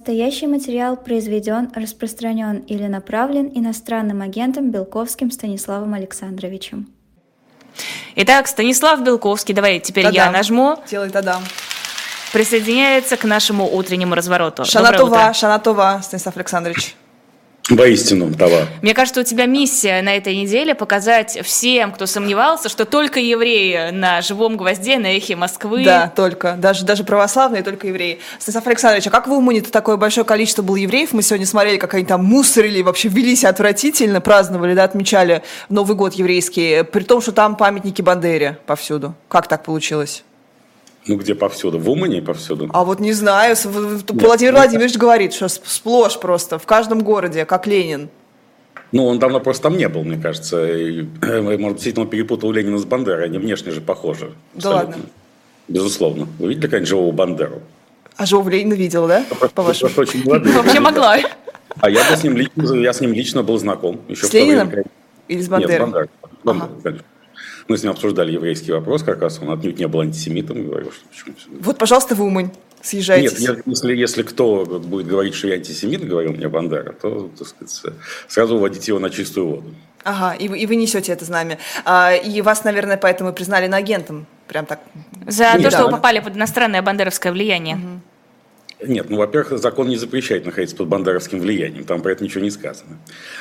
Настоящий материал произведен, распространен или направлен иностранным агентом Белковским Станиславом Александровичем. Итак, Станислав Белковский, давай теперь Та-дам. я нажму, Делай та-дам. присоединяется к нашему утреннему развороту. Шанатова, Станислав Александрович. Воистину, товар. Мне кажется, у тебя миссия на этой неделе показать всем, кто сомневался, что только евреи на живом гвозде, на эхе Москвы. Да, только. Даже православные, только евреи. Станислав Александрович, а как в Умане-то такое большое количество было евреев? Мы сегодня смотрели, как они там мусорили, вообще вели себя отвратительно, праздновали, да, отмечали Новый год еврейский, при том, что там памятники Бандере повсюду. Как так получилось? Ну, где повсюду? В Умане повсюду? А вот не знаю. Владимир Владимирович говорит, что сплошь просто, в каждом городе, как Ленин. Ну, он давно просто там не был, мне кажется. И, может, действительно, он перепутал Ленина с Бандерой. Они внешне же похожи. Да ладно? Безусловно. Вы видели когда-нибудь живого Бандеру? А живого Ленина видел, да? По-вашему? Вообще могла. А я с ним лично был знаком. Еще с Лениным? Или с Бандерой? Нет, Бандера, конечно. Мы с ним обсуждали еврейский вопрос, как раз он отнюдь не был антисемитом. Говорил, что почему. Вот, пожалуйста, в Умань съезжайтесь. Нет, если кто будет говорить, что я антисемит, говорил мне Бандера, то, так сказать, сразу уводите его на чистую воду. Ага, и вы несете это знамя. И вас, наверное, поэтому признали иноагентом. Прям так. За то, что вы попали под иностранное бандеровское влияние. Угу. Нет, ну, во-первых, закон не запрещает находиться под бандеровским влиянием. Там про это ничего не сказано.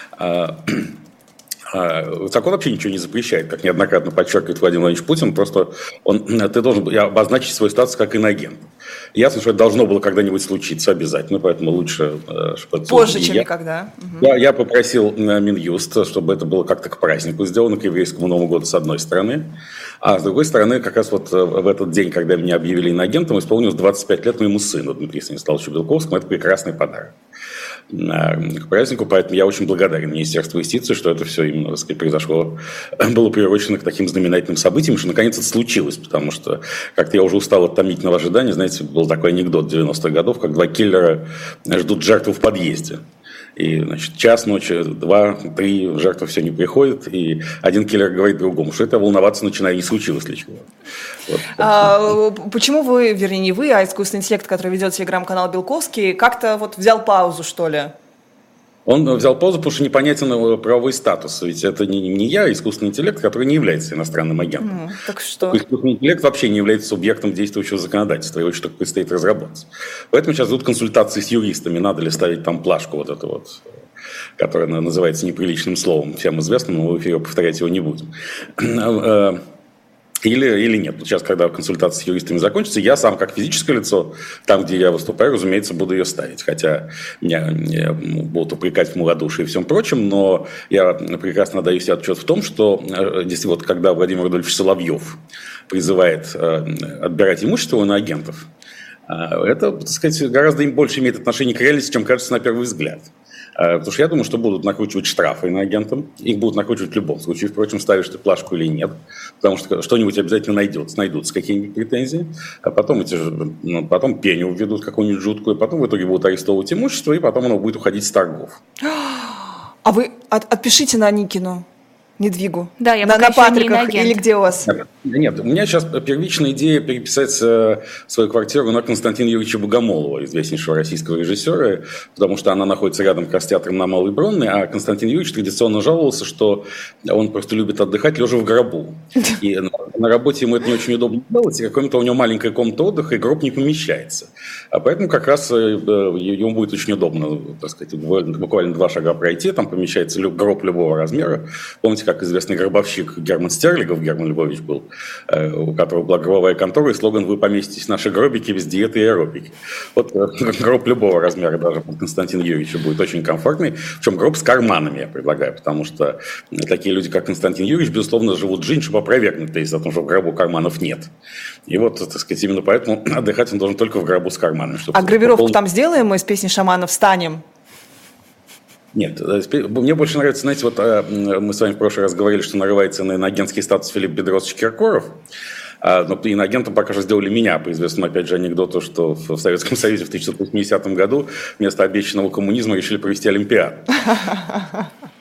Закон вообще ничего не запрещает, как неоднократно подчеркивает Владимир Владимирович Путин, просто ты должен обозначить свой статус как иноагент. Ясно, что это должно было когда-нибудь случиться обязательно, поэтому лучше... Позже, чем никогда. Я попросил Минюст, чтобы это было как-то к празднику сделано, к еврейскому Новому году с одной стороны, а с другой стороны, как раз вот в этот день, когда меня объявили иноагентом, исполнилось 25 лет моему сыну Дмитрию Станиславовичу Белковскому. Это прекрасный подарок к празднику, поэтому я очень благодарен Министерству юстиции, что это все именно, так сказать, произошло, было приурочено к таким знаменательным событиям, что наконец это случилось, потому что как-то я уже устал от томительного ожидания. Знаете, был такой анекдот 90-х годов, как два киллера ждут жертву в подъезде. И, значит, час ночи, 2, 3, жертва все не приходит, и один киллер говорит другому, что это волноваться начинаю, не случилось ли чего. Вот. Почему вы, вернее, не вы, а искусственный интеллект, который ведет телеграм-канал Белковский, как-то вот взял паузу, что ли? Он взял паузу, потому что непонятен его правовой статус. Ведь это не я, а искусственный интеллект, который не является иностранным агентом. Так что? Искусственный интеллект вообще не является субъектом действующего законодательства. Его еще только предстоит разработать. Поэтому сейчас идут консультации с юристами. Надо ли ставить там плашку вот эту вот, которая называется неприличным словом, всем известным, но в эфире повторять его не будем. Или нет. Сейчас, когда консультация с юристами закончится, я сам, как физическое лицо, там, где я выступаю, разумеется, буду ее ставить. Хотя меня будут упрекать в малодушии и всем прочем, но я прекрасно даю себе отчет в том, что, действительно, вот, когда Владимир Рудольфович Соловьев призывает отбирать имущество у иноагентов, это, так сказать, гораздо больше имеет отношение к реальности, чем кажется на первый взгляд. Потому что я думаю, что будут накручивать штрафы иноагентам. Их будут накручивать в любом случае. Впрочем, ставишь ты плашку или нет. Потому что что-нибудь обязательно найдутся какие-нибудь претензии. А потом, потом пеню введут какую-нибудь жуткую. Потом в итоге будут арестовывать имущество. И потом оно будет уходить с торгов. А вы отпишите на Никину. Недвигу. Да, я на Патриках или где у вас? Нет, у меня сейчас первичная идея переписать свою квартиру на Константина Юрьевича Богомолова, известнейшего российского режиссера, потому что она находится рядом с театром на Малой Бронной, а Константин Юрьевич традиционно жаловался, что он просто любит отдыхать лежа в гробу. И на работе ему это не очень удобно делать, и какая-то у него маленькая комната отдыха, и гроб не помещается. А поэтому как раз ему будет очень удобно, так сказать, буквально 2 шага пройти, там помещается гроб любого размера. Помните, как известный гробовщик Герман Стерлигов, Герман Львович был, у которого была гробовая контора, и слоган «Вы поместитесь в наши гробики без диеты и аэробики». Вот гроб любого размера, даже Константин Юрьевич, будет очень комфортный. Причем гроб с карманами я предлагаю, потому что такие люди, как Константин Юрьевич, безусловно, живут жизнь, чтобы опровергнуть тезис о том, что в гробу карманов нет. И вот, так сказать, именно поэтому отдыхать он должен только в гробу с карманами. А гравировку там сделаем мы из песни Шаманов «Встанем»? Нет, мне больше нравится, знаете, вот мы с вами в прошлый раз говорили, что нарывается на иноагентский статус Филипп Бедросович Киркоров. Но иноагентом пока что сделали меня, по известному, опять же, анекдоту, что в Советском Союзе в 1980 году вместо обещанного коммунизма решили провести Олимпиаду.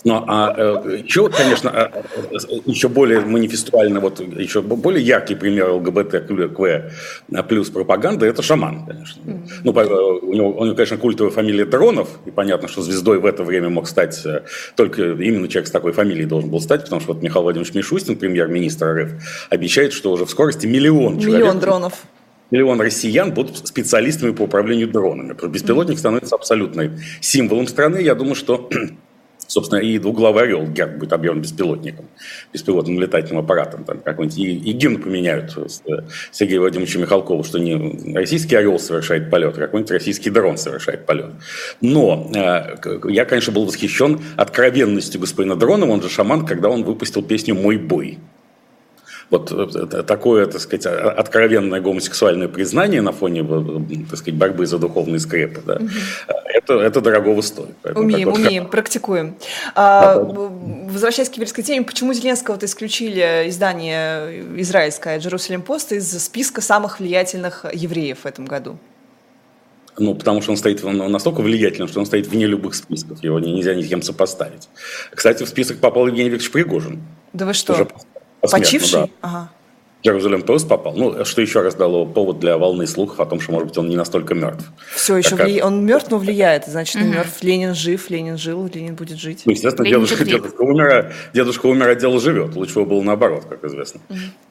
Еще, конечно, еще более манифестуально, вот еще более яркий пример ЛГБТК плюс пропаганды – это шаман, конечно. Ну, у него, конечно, культовая фамилия Дронов, и понятно, что звездой в это время мог стать только именно человек с такой фамилией должен был стать, потому что вот Михаил Владимирович Мишустин, премьер-министр РФ, обещает, что уже в скорости миллион человек. Миллион дронов. Миллион россиян будут специалистами по управлению дронами. Беспилотник становится абсолютным символом страны. Я думаю, что, собственно, и двуглавый орел Герб будет объявлен беспилотником, беспилотным летательным аппаратом. Там, и гимн поменяют Сергею Владимировичу Михалкову, что не российский орел совершает полет, а какой-нибудь российский дрон совершает полет. Но я, конечно, был восхищен откровенностью господина Дронова, он же шаман, когда он выпустил песню «Мой бой». Вот такое, так сказать, откровенное гомосексуальное признание на фоне, так сказать, борьбы за духовные скрепы, да, это дорогого стоит. Умеем, практикуем. Возвращаясь к еврейской теме, почему Зеленского-то исключили издание израильское Jerusalem Post из списка самых влиятельных евреев в этом году? Ну, потому что он настолько влиятельным, что он стоит вне любых списков, его нельзя ни с кем сопоставить. Кстати, в список попал Евгений Викторович Пригожин. Да вы что? Почивший? Да. Ага. Jerusalem Post попал. Ну, что еще раз дало повод для волны слухов о том, что, может быть, он не настолько мертв. Все, еще он мертв, но влияет. Значит, он мертв. Ленин жив, Ленин жил, Ленин будет жить. Ну, естественно, дедушка умер, а дело живет. Лучше бы было наоборот, как известно.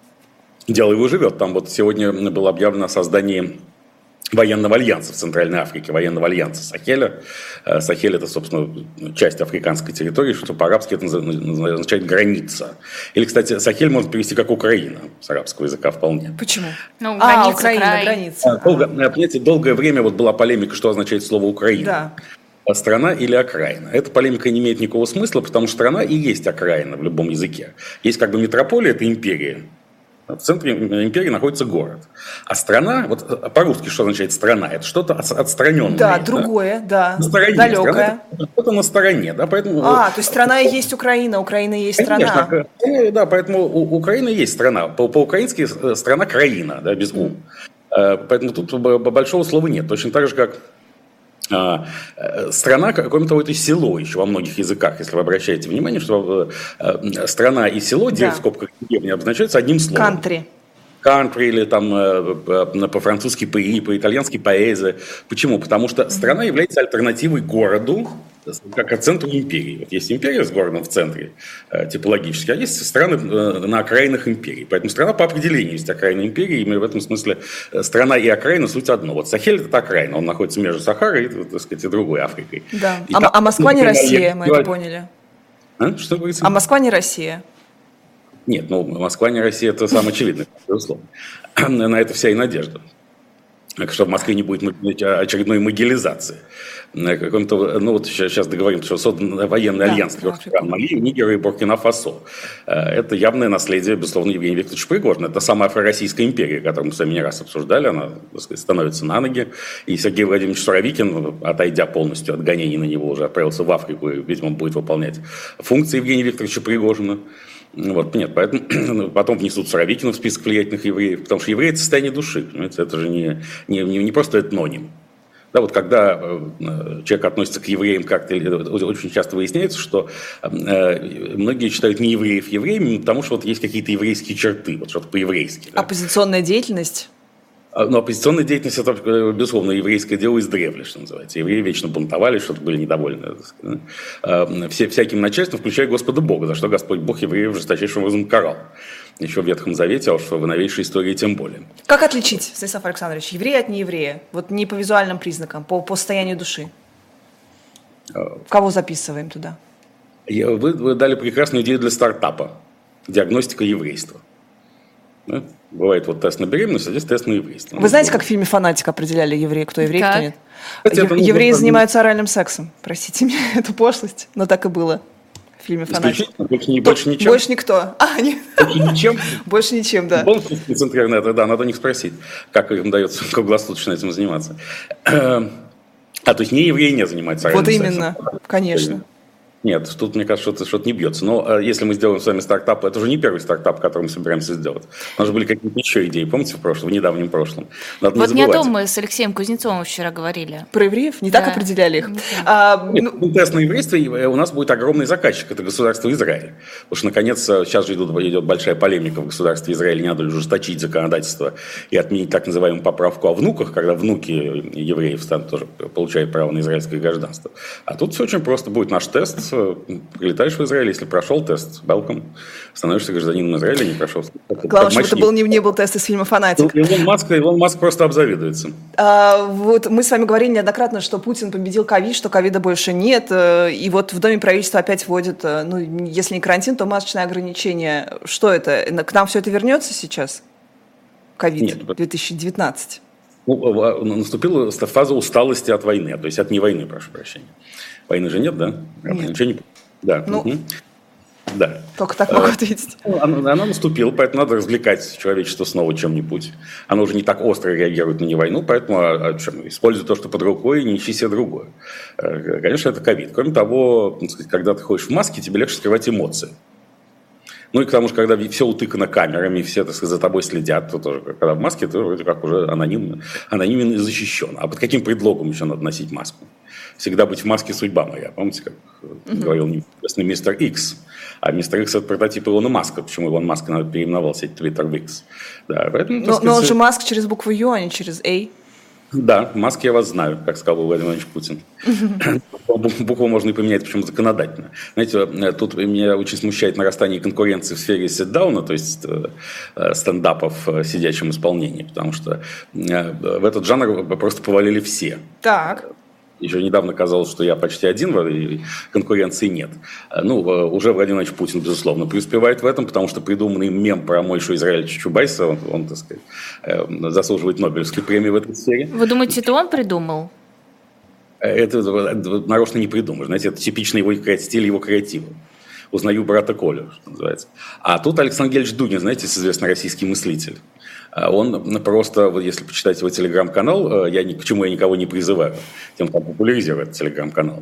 Дело его живет. Там вот сегодня было объявлено о создании военного альянса в Центральной Африке, военного альянса Сахеля. Сахель – это, собственно, часть африканской территории, что по-арабски это означает «граница». Или, кстати, Сахель можно перевести как «Украина» с арабского языка вполне. Почему? Ну, граница, граница. Понимаете, долгое время вот была полемика, что означает слово «Украина». Да. Страна или окраина. Эта полемика не имеет никакого смысла, потому что страна и есть окраина в любом языке. Есть как бы метрополия – это империя. В центре империи находится город. А страна, вот по-русски что означает страна? Это что-то отстраненное. Да, другое, да. На стороне. Далекое. Что-то на стороне, да, поэтому... то есть страна и есть Украина, Украина и есть страна. Конечно, да, поэтому Украина и есть страна. По-украински страна краина, да, без «у». Поэтому тут большого слова нет. Точно так же, как страна, кроме того, это село еще во многих языках, если вы обращаете внимание, что страна и село, где в скобках деревня, обозначаются одним словом. Country или там по-французски pays, по-итальянски paese. Почему? Потому что страна является альтернативой городу, как центру империи. Вот есть империя с городом в центре типологически, а есть страны на окраинах империи. Поэтому страна по определению есть окраина империи, и в этом смысле страна и окраина суть одно. Вот Сахель – это окраина, он находится между Сахарой и, так сказать, и другой Африкой. Да. А Москва не Россия, мы это поняли. Что говорится? А Москва не Россия. Нет, Москва не Россия – это самое очевидное, безусловно. На это вся и надежда. Что в Москве не будет очередной могилизации. Сейчас договоримся, что создан военный альянс трех стран: Мали, Нигера и Буркина-Фасо. Это явное наследие, безусловно, Евгения Викторовича Пригожина. Это самая Афро-Российская империя, которую мы с вами не раз обсуждали. Она, так сказать, становится на ноги. И Сергей Владимирович Суровикин, отойдя полностью от гонений на него, уже отправился в Африку и, видимо, будет выполнять функции Евгения Викторовича Пригожина. Вот, нет, поэтому потом внесут Суровикина в список влиятельных евреев, потому что евреи – это состояние души, понимаете? Это же не просто этноним. Да, вот когда человек относится к евреям как-то, очень часто выясняется, что многие считают неевреев евреями, потому что вот есть какие-то еврейские черты, вот что-то по-еврейски. Да? Оппозиционная деятельность? Но оппозиционная деятельность – это, безусловно, еврейское дело издревле, что называется. Евреи вечно бунтовали, что-то были недовольны. Всяким начальством, включая Господа Бога, за что Господь Бог евреев жесточайшим образом карал. Еще в Ветхом Завете, а уж в новейшей истории тем более. Как отличить, Станислав Александрович, еврея от нееврея? Вот не по визуальным признакам, по состоянию души. Кого записываем туда? Вы дали прекрасную идею для стартапа. Диагностика еврейства. Да? Бывает вот тест на беременность, а здесь тест на еврейство. Вы знаете, как в фильме «Фанатик» определяли еврея, кто еврей, кто нет? Евреи занимаются оральным сексом. Простите меня эту пошлость, но так и было в фильме «Фанатик». Больше ничем? Больше никто. Нет. Больше ничем? Больше ничем, да. Полностью из интернета, да, надо у них спросить, как им удается круглосуточно этим заниматься. То есть не евреи не занимаются оральным сексом? Вот именно, конечно. Нет, тут, мне кажется, что-то не бьется. Но если мы сделаем с вами стартап, это уже не первый стартап, который мы собираемся сделать. У нас же были какие-то еще идеи, помните, в недавнем прошлом. Надо вот не забывать. Не о том мы с Алексеем Кузнецовым вчера говорили. Про евреев? Не так определяли их? Нет, тест на еврейство, у нас будет огромный заказчик, это государство Израиль. Потому что, наконец, сейчас же идет большая полемика в государстве Израиль, не надо ли ужесточить законодательство и отменить так называемую поправку о внуках, когда внуки евреев тоже получают право на израильское гражданство. А тут все очень просто. Будет наш тест, прилетаешь в Израиль, если прошел тест, welcome, становишься гражданином Израиля, не прошел. Главное, чтобы это не был тест из фильма «Фанатик». Илон Маск просто обзавидуется. Вот мы с вами говорили неоднократно, что Путин победил ковид, что ковида больше нет, и вот в Доме правительства опять вводят, если не карантин, то масочные ограничения. Что это? К нам все это вернется сейчас? Ковид 2019? Наступила фаза усталости от войны, то есть от не войны, прошу прощения. Войны же нет, да? Нет. Ничего не... Да. Да. Только так могу ответить. Она наступила, поэтому надо развлекать человечество снова чем-нибудь. Оно уже не так остро реагирует на невойну, поэтому используй то, что под рукой, и не ищи себе другое. Конечно, это ковид. Кроме того, когда ты ходишь в маске, тебе легче скрывать эмоции. Ну и к тому же, когда все утыкано камерами, все, так сказать, за тобой следят, то тоже, когда в маске, ты вроде как уже анонимен и защищен. А под каким предлогом еще надо носить маску? Всегда быть в маске — судьба моя. Помните, как говорил неизвестный мистер Икс? А мистер Икс — это прототип Илона Маска. Почему Илон Маск переименовал сеть Твиттер в Икс? Да, поэтому, но он же Маск через букву Ю, а не через А. Да, Маск я вас знаю, как сказал Владимир Владимирович Путин. Букву можно и поменять, причем законодательно. Знаете, тут меня очень смущает нарастание конкуренции в сфере сит-дауна, то есть стендапов в сидячем исполнении, потому что в этот жанр просто повалили все. Так. Еще недавно казалось, что я почти один, и конкуренции нет. Уже Владимир Владимирович Путин, безусловно, преуспевает в этом, потому что придуманный мем про Мойшу Израильевича Чубайса, он, так сказать, заслуживает Нобелевской премии в этой сфере. Вы думаете, это он придумал? Это нарочно не придумаешь. Знаете, это типичный его стиль, его креатива. Узнаю брата Колю, что называется. А тут Александр Гельевич Дугин, знаете, известный российский мыслитель. Он просто, вот если почитать его телеграм-канал, к чему я никого не призываю, тем, кто популяризирует телеграм-канал.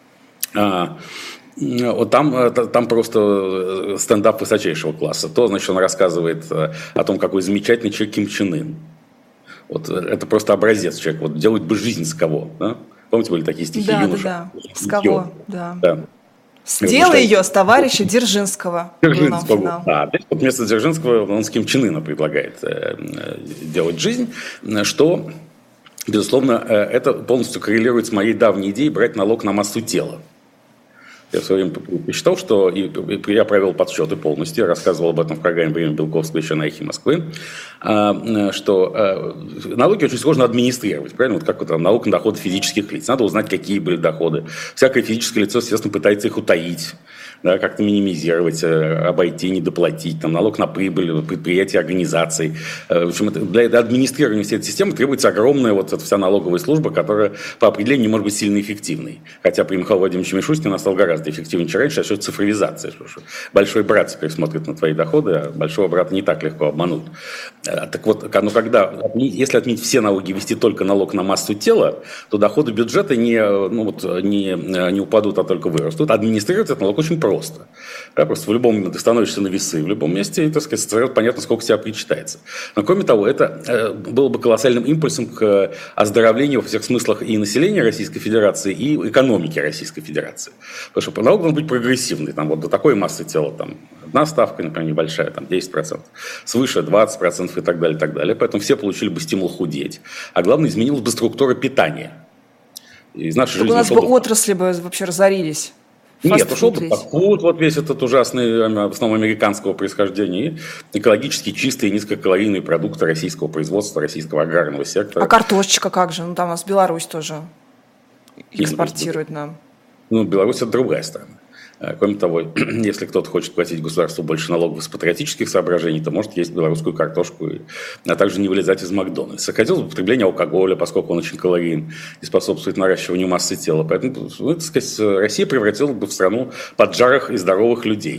Там просто стендап высочайшего класса. Значит, он рассказывает о том, какой замечательный человек Ким Чен Ын. Вот это просто образец человека. Вот делать бы жизнь с кого. Да? Помните, были такие стихи юноши? Да. С кого, да. Сделай ее с товарища Дзержинского. Да. Вот вместо Дзержинского он с Ким Чен Ына предлагает делать жизнь, что, безусловно, это полностью коррелирует с моей давней идеей брать налог на массу тела. Я в свое время посчитал, что я провел подсчеты полностью, я рассказывал об этом в программе «Время Белковского» еще на «Эхе Москвы», что налоги очень сложно администрировать, правильно? Вот как это, налог на доходы физических лиц. Надо узнать, какие были доходы. Всякое физическое лицо, естественно, пытается их утаить, да, как-то минимизировать, обойти, недоплатить, налог на прибыль предприятий, организаций. В общем, для администрирования всей этой системы требуется огромная эта вся налоговая служба, которая по определению не может быть сильно эффективной. Хотя при Михаиле Владимировиче Мишустине она стала гораздо эффективнее, чем раньше, а что это цифровизация. Что большой брат теперь смотрит на твои доходы, а большого брата не так легко обмануть. Так вот, если отменить все налоги и ввести только налог на массу тела, то доходы бюджета не упадут, а только вырастут. Администрировать этот налог очень просто. Да, просто в любом момент ты становишься на весы, в любом месте, и, так сказать, сразу понятно, сколько тебя причитается. Но, кроме того, это было бы колоссальным импульсом к оздоровлению во всех смыслах и населения Российской Федерации, и экономики Российской Федерации. Потому что налог должен быть прогрессивный. До такой массы тела, одна ставка, например, небольшая, 10%, свыше 20% и так далее, и так далее. Поэтому все получили бы стимул худеть. А главное, изменилась бы структура питания. Из нашей жизни у нас бы отрасли бы вообще разорились. Нет, ушел бы фастфуд, весь этот ужасный, в основном американского происхождения, и экологически чистые, низкокалорийные продукты российского производства, российского аграрного сектора. А картошечка как же? Там у нас Беларусь тоже экспортирует нам. Беларусь – это другая страна. Кроме того, если кто-то хочет платить государству больше налогов из патриотических соображений, то может есть белорусскую картошку, а также не вылезать из Макдональдса. Сократилось бы потребление алкоголя, поскольку он очень калорийен и способствует наращиванию массы тела. Поэтому, так сказать, Россия превратилась бы в страну поджарых и здоровых людей.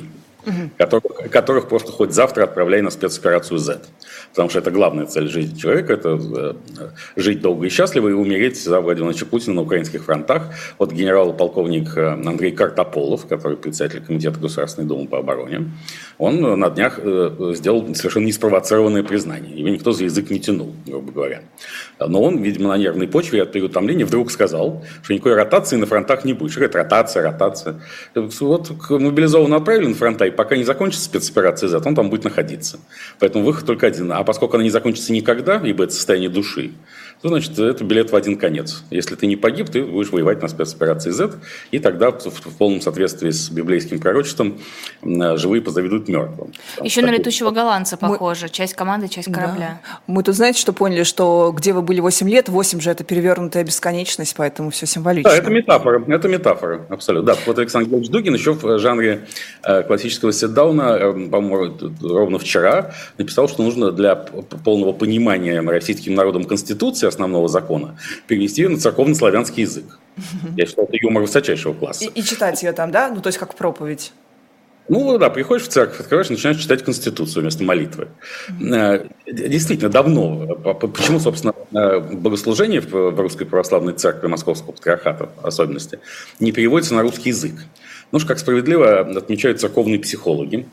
которых просто хоть завтра отправляй на спецоперацию Z. Потому что это главная цель жизни человека, это жить долго и счастливо и умереть за Владимира Владимировича Путина на украинских фронтах. Вот генерал-полковник Андрей Картополов, который председатель Комитета Государственной Думы по обороне, он на днях сделал совершенно неспровоцированное признание. Его никто за язык не тянул, грубо говоря. Но он, видимо, на нервной почве от переутомления вдруг сказал, что никакой ротации на фронтах не будет. Что это ротация? Вот мобилизованно отправили на фронта, и пока не закончится спецоперация Z, он там будет находиться. Поэтому выход только один. А поскольку она не закончится никогда, ибо это состояние души, то, значит, это билет в один конец. Если ты не погиб, ты будешь воевать на спецоперации Z, и тогда в полном соответствии с библейским пророчеством живые позавидуют мертвым. Еще на летущего голландца похоже. Часть команды, часть корабля. Да. Мы тут, знаете, что поняли, что где вы были 8 лет, 8 же это перевернутая бесконечность, поэтому все символично. Да, это метафора, абсолютно. Да, вот Александр Георгиевич Дугин еще в жанре классического ситдауна, по-моему, ровно вчера написал, что нужно для полного понимания российским народом Конституции, основного закона, перевести ее на церковно-славянский язык. Я считаю, это юмор высочайшего класса. И читать ее там, да? Ну, то есть как проповедь. Ну да, приходишь в церковь, открываешь, начинаешь читать Конституцию вместо молитвы. Действительно, давно. Почему, собственно, богослужение в Русской Православной Церкви Московского Патриархата, в особенности, не переводится на русский язык? Ну что, как справедливо отмечают церковные психологи,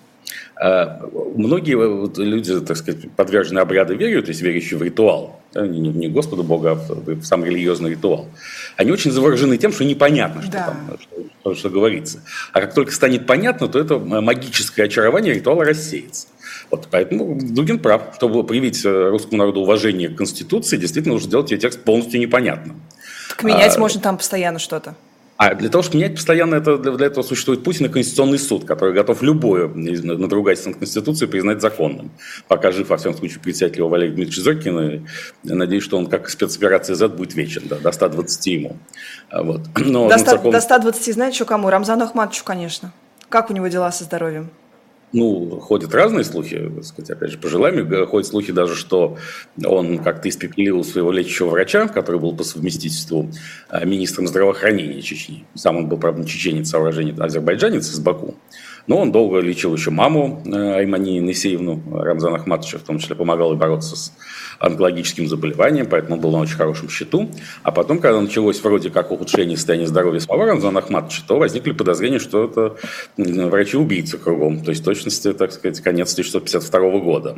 многие люди, так сказать, подвержены обряду верою, то есть верящие в ритуал, да, не Господу Богу, а в сам религиозный ритуал, они очень заворожены тем, что непонятно, что говорится. А как только станет понятно, то это магическое очарование ритуала рассеется. Вот, поэтому Дугин прав. Чтобы привить русскому народу уважение к Конституции, действительно нужно сделать ее текст полностью непонятным. Так менять можно там постоянно что-то. А для того, чтобы менять постоянно, для этого существует Путин и Конституционный суд, который готов любое надругательство над Конституцией признать законным. Пока жив, во всяком случае, председатель его Валерий Дмитриевич Зорькин, и я надеюсь, что он, как спецоперация Z, будет вечен, да, до 120 ему. Вот. Но до 120, знаете, что кому? Рамзану Ахматовичу, конечно. Как у него дела со здоровьем? Ну, ходят разные слухи, так сказать, опять же, по желанию. Ходят слухи даже, что он как-то испепелил своего лечащего врача, который был по совместительству министром здравоохранения Чечни. Сам он был, правда, чеченец, а уроженец, азербайджанец из Баку. Но он долго лечил еще маму Аймани Несеевну Рамзана Ахматовича, в том числе помогал ей бороться с онкологическим заболеванием, поэтому он был на очень хорошем счету. А потом, когда началось вроде как ухудшение состояния здоровья самого Рамзана Ахматовича, то возникли подозрения, что это врачи-убийцы кругом. То есть, в точности, так сказать, конец 1952 года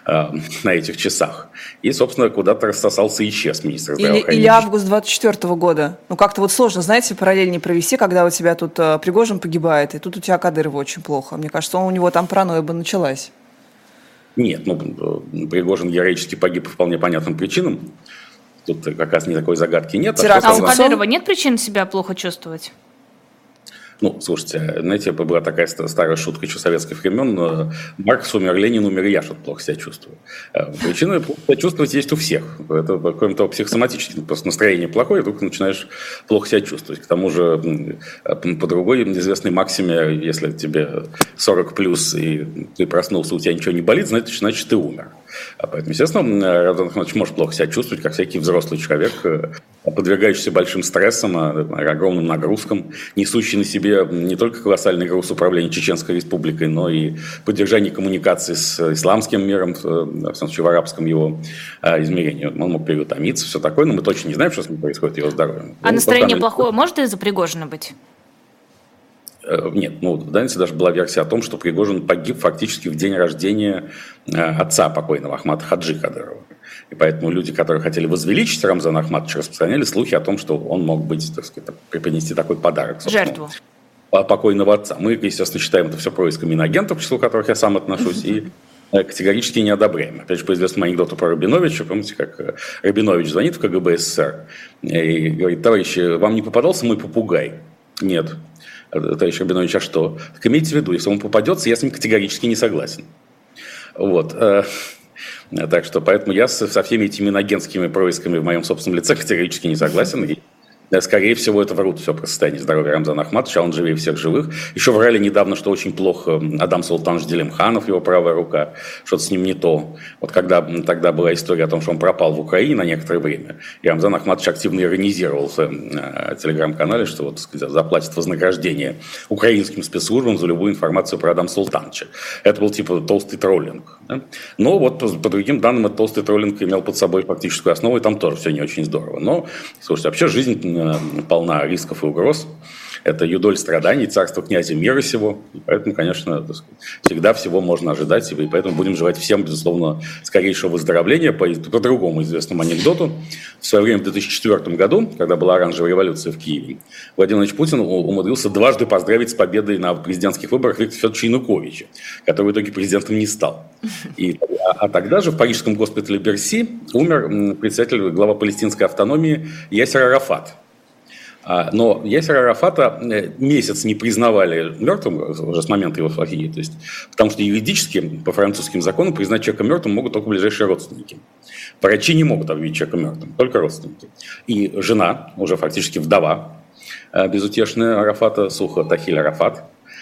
на этих часах. И, собственно, куда-то рассосался и исчез министр здравоохранения. Или август 1924 года. Ну, как-то вот сложно, знаете, параллель не провести, когда у тебя тут Пригожин погибает, и тут у тебя Кадыров очень плохо. Мне кажется, у него там паранойя бы началась. Нет, Пригожин героически погиб по вполне понятным причинам. Тут как раз никакой загадки нет. А у Кадырова нет причин себя плохо чувствовать? Ну, слушайте, знаете, была такая старая шутка еще советских времен. Маркс умер, Ленин умер, и я что-то плохо себя чувствую. Причины плохо себя чувствовать есть у всех. Это, кроме того, психосоматически. Просто настроение плохое, и только начинаешь плохо себя чувствовать. К тому же, по другой известной максиме, если тебе 40 плюс, и ты проснулся, у тебя ничего не болит, значит, ты умер. Поэтому, естественно, Рамзан Ахматович может плохо себя чувствовать, как всякий взрослый человек, подвергающийся большим стрессам, огромным нагрузкам, несущий на себе не только колоссальный груз управления Чеченской Республикой, но и поддержание коммуникации с исламским миром, в случае в арабском его измерении. Он мог переутомиться, все такое, но мы точно не знаем, что с ним происходит, его здоровьем. А настроение плохое может из-за Пригожина быть? Нет, в Данице даже была версия о том, что Пригожин погиб фактически в день рождения отца покойного Ахмата Хаджи Кадырова. И поэтому люди, которые хотели возвеличить Рамзана Ахматовича, распространяли слухи о том, что он мог быть, так сказать, преподнести такой подарок. Жертву. Покойного отца. Мы, естественно, считаем это все происками иноагентов, к числу которых я сам отношусь, и категорически не одобряем. Опять же, по известному анекдоту про Рабиновича, помните, как Рабинович звонит в КГБ СССР и говорит: товарищи, вам не попадался мой попугай? Нет. Товарищ Рабинович, а что? Так имейте в виду, если он попадется, я с ним категорически не согласен. Вот. Так что, поэтому я со всеми этими иноагентскими происками в моем собственном лице категорически не согласен. И Да, скорее всего, это врут все про состояние здоровья Рамзана Ахматовича, он живее всех живых. Еще врали недавно, что очень плохо Адам Султанович Делимханов, его правая рука, что-то с ним не то. Вот когда тогда была история о том, что он пропал в Украине на некоторое время, и Рамзан Ахматович активно иронизировал в телеграм-канале, что вот, сказать, заплатит вознаграждение украинским спецслужбам за любую информацию про Адама Султановича. Это был типа толстый троллинг. Да? Но вот по другим данным, этот толстый троллинг имел под собой фактическую основу, и там тоже все не очень здорово. Но, слушайте, вообще жизнь полна рисков и угроз. Это юдоль страданий, царство князя мира сего. И поэтому, конечно, всегда всего можно ожидать себе. И поэтому будем желать всем, безусловно, скорейшего выздоровления. По другому известному анекдоту. В свое время, в 2004 году, когда была оранжевая революция в Киеве, Владимир Владимирович Путин умудрился дважды поздравить с победой на президентских выборах Виктора Федоровича Януковича, который в итоге президентом не стал. А тогда же в парижском госпитале Берси умер председатель, глава палестинской автономии Ясер Арафат. Но Ясера Арафата месяц не признавали мертвым уже с момента его фахии, то есть, потому что юридически по французским законам признать человека мертвым могут только ближайшие родственники. Врачи не могут объявить человека мертвым, только родственники. И жена, уже фактически вдова, безутешная Арафата, Суха Тахиль Арафат,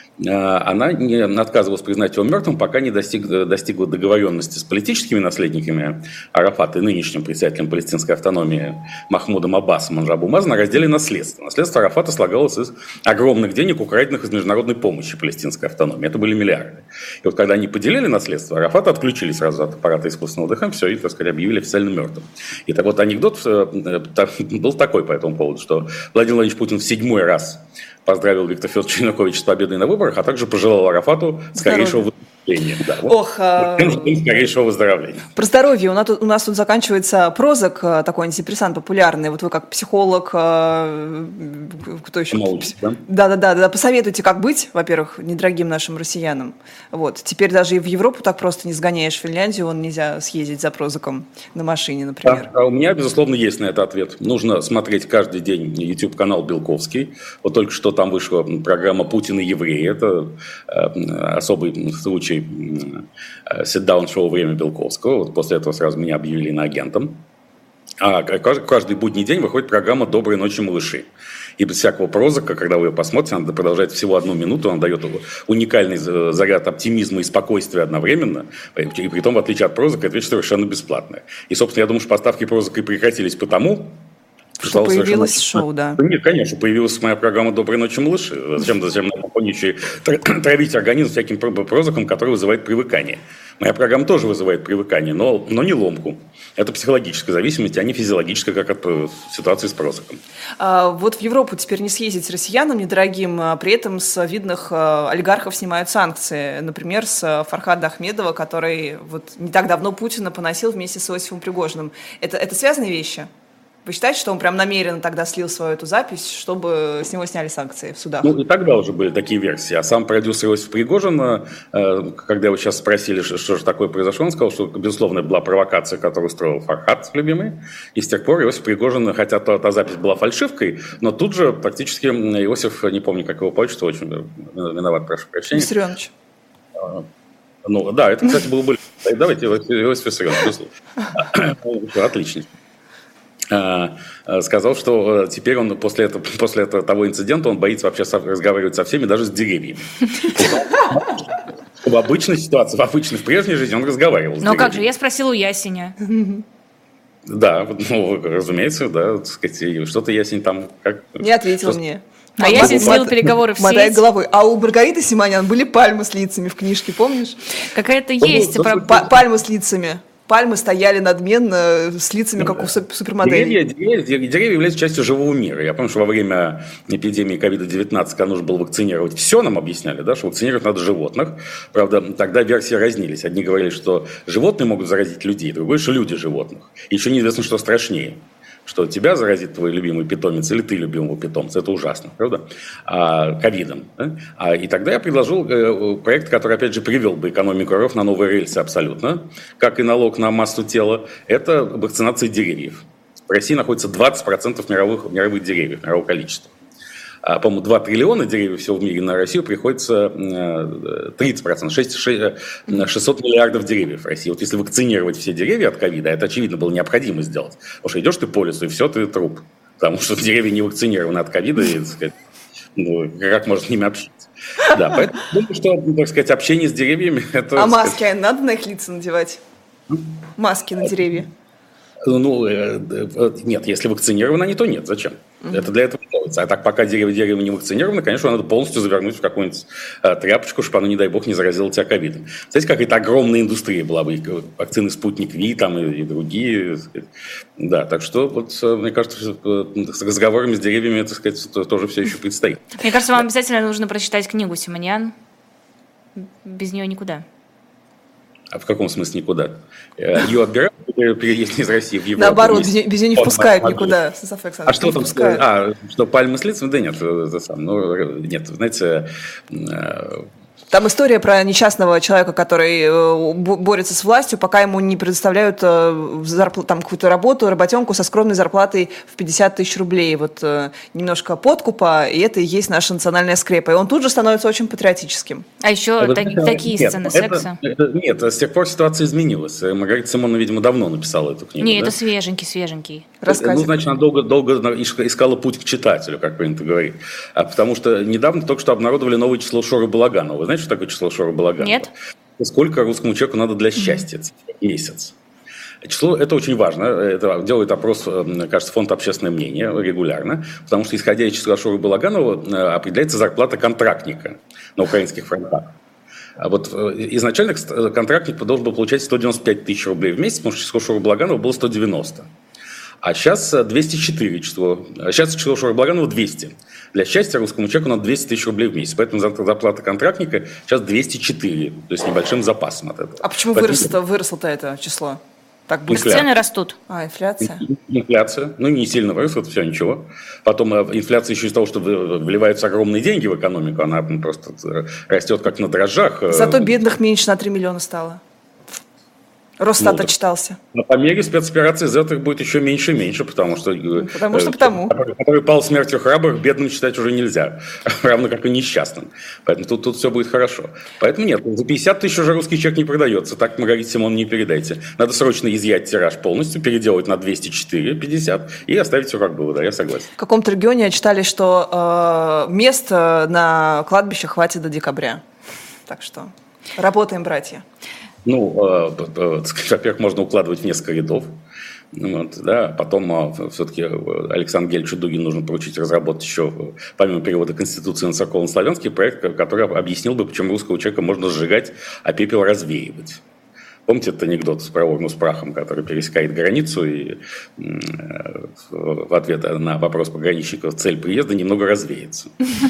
она не отказывалась признать его мертвым, пока не достигла договоренности с политическими наследниками Арафата и нынешним председателем палестинской автономии Махмудом Аббасом Анжабу Маза на разделе наследства. Наследство Арафата слагалось из огромных денег, украденных из международной помощи палестинской автономии. Это были миллиарды. И вот когда они поделили наследство, Арафата отключили сразу от аппарата искусственного дыхания, все, и, так сказать, объявили официально мертвым. И так вот анекдот был такой по этому поводу, что Владимир Владимирович Путин в 7-й раз поздравил Виктора Федоровича Януковича с победой на выборах, а также пожелал Арафату скорейшего выздоровления. Да, вот. Скорейшего выздоровления. Про здоровье. У нас тут заканчивается Прозак, такой антидепрессант популярный. Вот вы как психолог, кто еще? Да. Посоветуйте, как быть, во-первых, недорогим нашим россиянам. Вот. Теперь даже и в Европу так просто не сгоняешь. В Финляндию нельзя съездить за Прозаком на машине, например. У меня, безусловно, есть на это ответ. Нужно смотреть каждый день YouTube-канал Белковский. Вот только что там вышла программа «Путин и евреи». Это особый случай сит-даун-шоу «Время Белковского». Вот после этого сразу меня объявили иноагентом. А каждый будний день выходит программа «Доброй ночи, малыши». И без всякого Прозака, когда вы ее посмотрите, она продолжает всего 1 минуту, она дает уникальный заряд оптимизма и спокойствия одновременно. И при том, в отличие от Прозака, это вещь совершенно бесплатная. И, собственно, я думаю, что поставки Прозака и прекратились потому, что появилось шоу, да. Нет, конечно, появилась моя программа «Доброй ночи, малыши». Зачем на покойничьи травить организм всяким Прозаком, который вызывает привыкание? Моя программа тоже вызывает привыкание, но не ломку. Это психологическая зависимость, а не физиологическая, как от ситуации с Прозаком. Вот в Европу теперь не съездить россиянам недорогим, при этом с видных олигархов снимают санкции. Например, с Фархада Ахмедова, который вот не так давно Путина поносил вместе с Иосифом Пригожиным. Это связанные вещи? Вы считаете, что он прям намеренно тогда слил свою эту запись, чтобы с него сняли санкции в судах? Ну, и тогда уже были такие версии. А сам продюсер Иосиф Пригожин, когда его сейчас спросили, что же такое произошло, он сказал, что, безусловно, это была провокация, которую устроил Фархад, любимый. И с тех пор Иосиф Пригожин, хотя та запись была фальшивкой, но тут же практически Иосиф, не помню, как его почту, очень виноват, прошу прощения. Виссарионович. Ну, да, это, кстати, было бы... Давайте, Иосиф Виссарионович. Отлично. Сказал, что теперь он после того инцидента он боится вообще разговаривать со всеми, даже с деревьями. В обычной ситуации, в прежней жизни он разговаривал с деревьями. Но как же, я спросила у Ясеня. Да, ну, разумеется, да, так сказать, что-то Ясень там... Не ответил мне. А Ясень слил переговоры в мотает сеть. головой. А у Маргариты Симонян были пальмы с лицами в книжке, помнишь? Какая-то есть... Пальмы с лицами. Пальмы стояли надменно, с лицами, как у супермоделей. Деревья являются частью живого мира. Я помню, что во время эпидемии COVID-19, когда нужно было вакцинировать, все нам объясняли, да, что вакцинировать надо животных. Правда, тогда версии разнились. Одни говорили, что животные могут заразить людей, другой, что люди животных. И еще неизвестно, что страшнее. Что тебя заразит твой любимый питомец или ты любимого питомца. Это ужасно, правда? Ковидом. Да? И тогда я предложил проект, который, опять же, привел бы экономику РФ на новые рельсы абсолютно, как и налог на массу тела. Это вакцинация деревьев. В России находится 20% мировых деревьев, мирового количества. По-моему, 2 триллиона деревьев всего в мире, на Россию приходится 30%, 600 миллиардов деревьев в России. Вот если вакцинировать все деревья от ковида, это, очевидно, было необходимо сделать. Потому что идешь ты по лесу, и все, ты труп. потому что деревья не вакцинированы от ковида, и, так сказать, ну, как можно с ними общаться? Да, поэтому думаю, что, так сказать, общение с деревьями – это… А маски надо на их лица надевать? Маски на деревья? Ну, нет, если вакцинированы они, то нет. Зачем? Это для этого делается. А так, пока дерево не вакцинировано, конечно, надо полностью завернуть в какую-нибудь тряпочку, чтобы оно, не дай бог, не заразило тебя ковидом. Знаете, какая-то огромная индустрия была бы, вакцины «Спутник Ви» там, и другие. Да, так что, вот, мне кажется, с разговорами с деревьями, так сказать, тоже все еще предстоит. Мне кажется, вам обязательно нужно прочитать книгу Симоньян. Без нее никуда. А в каком смысле никуда? Ее отбирают переезд из России в Европу? Наоборот, без нее не впускают никуда. А что там? Что, пальмы с лицами? Да нет, нет, знаете… Там история про несчастного человека, который борется с властью, пока ему не предоставляют там какую-то работенку со скромной зарплатой в 50 тысяч рублей. Вот немножко подкупа, и это и есть наша национальная скрепа. И он тут же становится очень патриотическим. А еще такие сцены секса? Нет, с тех пор ситуация изменилась. Маргарита Симоновна, видимо, давно написала эту книгу. Нет, это свеженький. Рассказик. Ну, значит, она долго искала путь к читателю, как принято говорить. Потому что недавно только что обнародовали новое число Шоры Балаганова. Вы знаете, что такое число Шоры Балаганова? Нет. Сколько русскому человеку надо для счастья? Месяц. Число это очень важно. Это делает опрос, кажется, фонд «Общественное мнение» регулярно, потому что, исходя из числа Шоры Балаганова, определяется зарплата контрактника на украинских фронтах. А вот изначально контрактник должен был получать 195 тысяч рублей в месяц, потому что число Шоры Балаганова было 190. А сейчас 204 число. А сейчас число Шоры Балаганова 200. Для счастья русскому человеку надо 200 тысяч рублей в месяц. Поэтому зарплата контрактника сейчас 204. То есть с небольшим запасом от этого. А почему выросло-то это число? Так быстро. Цены растут. Инфляция. Инфляция. Ну, не сильно выросла, все, ничего. Потом инфляция еще из того, что вливаются огромные деньги в экономику, она просто растет как на дрожжах. Зато бедных меньше на 3 миллиона стало. Росстат отчитался. Но по мере спецоперации Z их будет еще меньше и меньше, потому что… Который пал смертью храбрых, бедным считать уже нельзя. Равно как и несчастным. Поэтому тут все будет хорошо. Поэтому нет, за 50 тысяч уже русский чек не продается. Так Маргарите Симоновне не передайте. Надо срочно изъять тираж полностью, переделать на 204, 50 и оставить все как было. Да, я согласен. В каком-то регионе читали, что мест на кладбище хватит до декабря. Так что работаем, братья. Ну, во-первых, можно укладывать в несколько рядов. Вот, да. Потом все-таки Александру Гельевичу Дугину нужно поручить разработать еще, помимо перевода Конституции на церковно-славянский, проект, который объяснил бы, почему русского человека можно сжигать, а пепел развеивать. Помните этот анекдот про урну с прахом, который пересекает границу и в ответ на вопрос пограничников цель приезда немного развеется.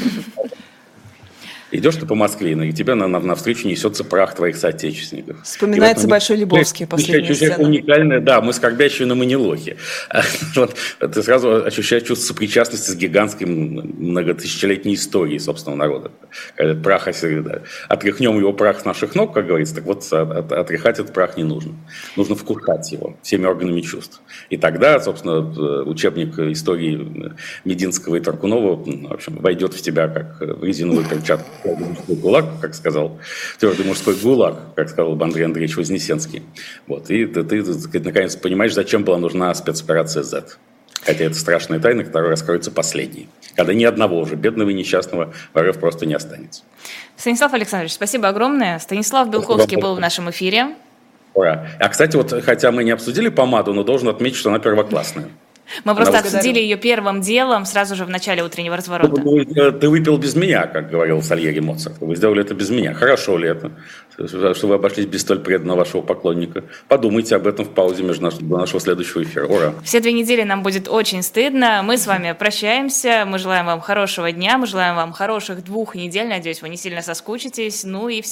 Идешь ты по Москве, и тебе навстречу несется прах твоих соотечественников. Вспоминается Большой Лебовский, последняя сцена. Уникальная, да, мы скорбящие на Манилохе. Ты сразу ощущаешь чувство сопричастности с гигантской многотысячелетней историей собственного народа. Прах, отряхнем его прах с наших ног, как говорится, так вот отряхать этот прах не нужно. Нужно вкушать его всеми органами чувств. И тогда, собственно, учебник истории Мединского и Таркунова, в общем, войдет в тебя как в резиновую перчатку. Твердый мужской гулаг, как сказал, твердый мужской гулаг, как сказал Андрей Андреевич Вознесенский. Вот. И ты, наконец, понимаешь, зачем была нужна спецоперация Z. Хотя это страшная тайна, которая раскроется последней. Когда ни одного уже бедного и несчастного в РФ просто не останется. Станислав Александрович, спасибо огромное. Станислав Белковский был в нашем эфире. Ура. А, кстати, вот, хотя мы не обсудили помаду, но должен отметить, что она первоклассная. Мы просто обсудили ее первым делом сразу же в начале утреннего разворота. Ты выпил без меня, как говорил Сальери Моцарт. Вы сделали это без меня. Хорошо ли это, что вы обошлись без столь преданного вашего поклонника? Подумайте об этом в паузе до нашего следующего эфира. Ура! Все 2 недели нам будет очень стыдно. Мы с вами прощаемся. Мы желаем вам хорошего дня. Мы желаем вам хороших 2 недель. Надеюсь, вы не сильно соскучитесь. Ну и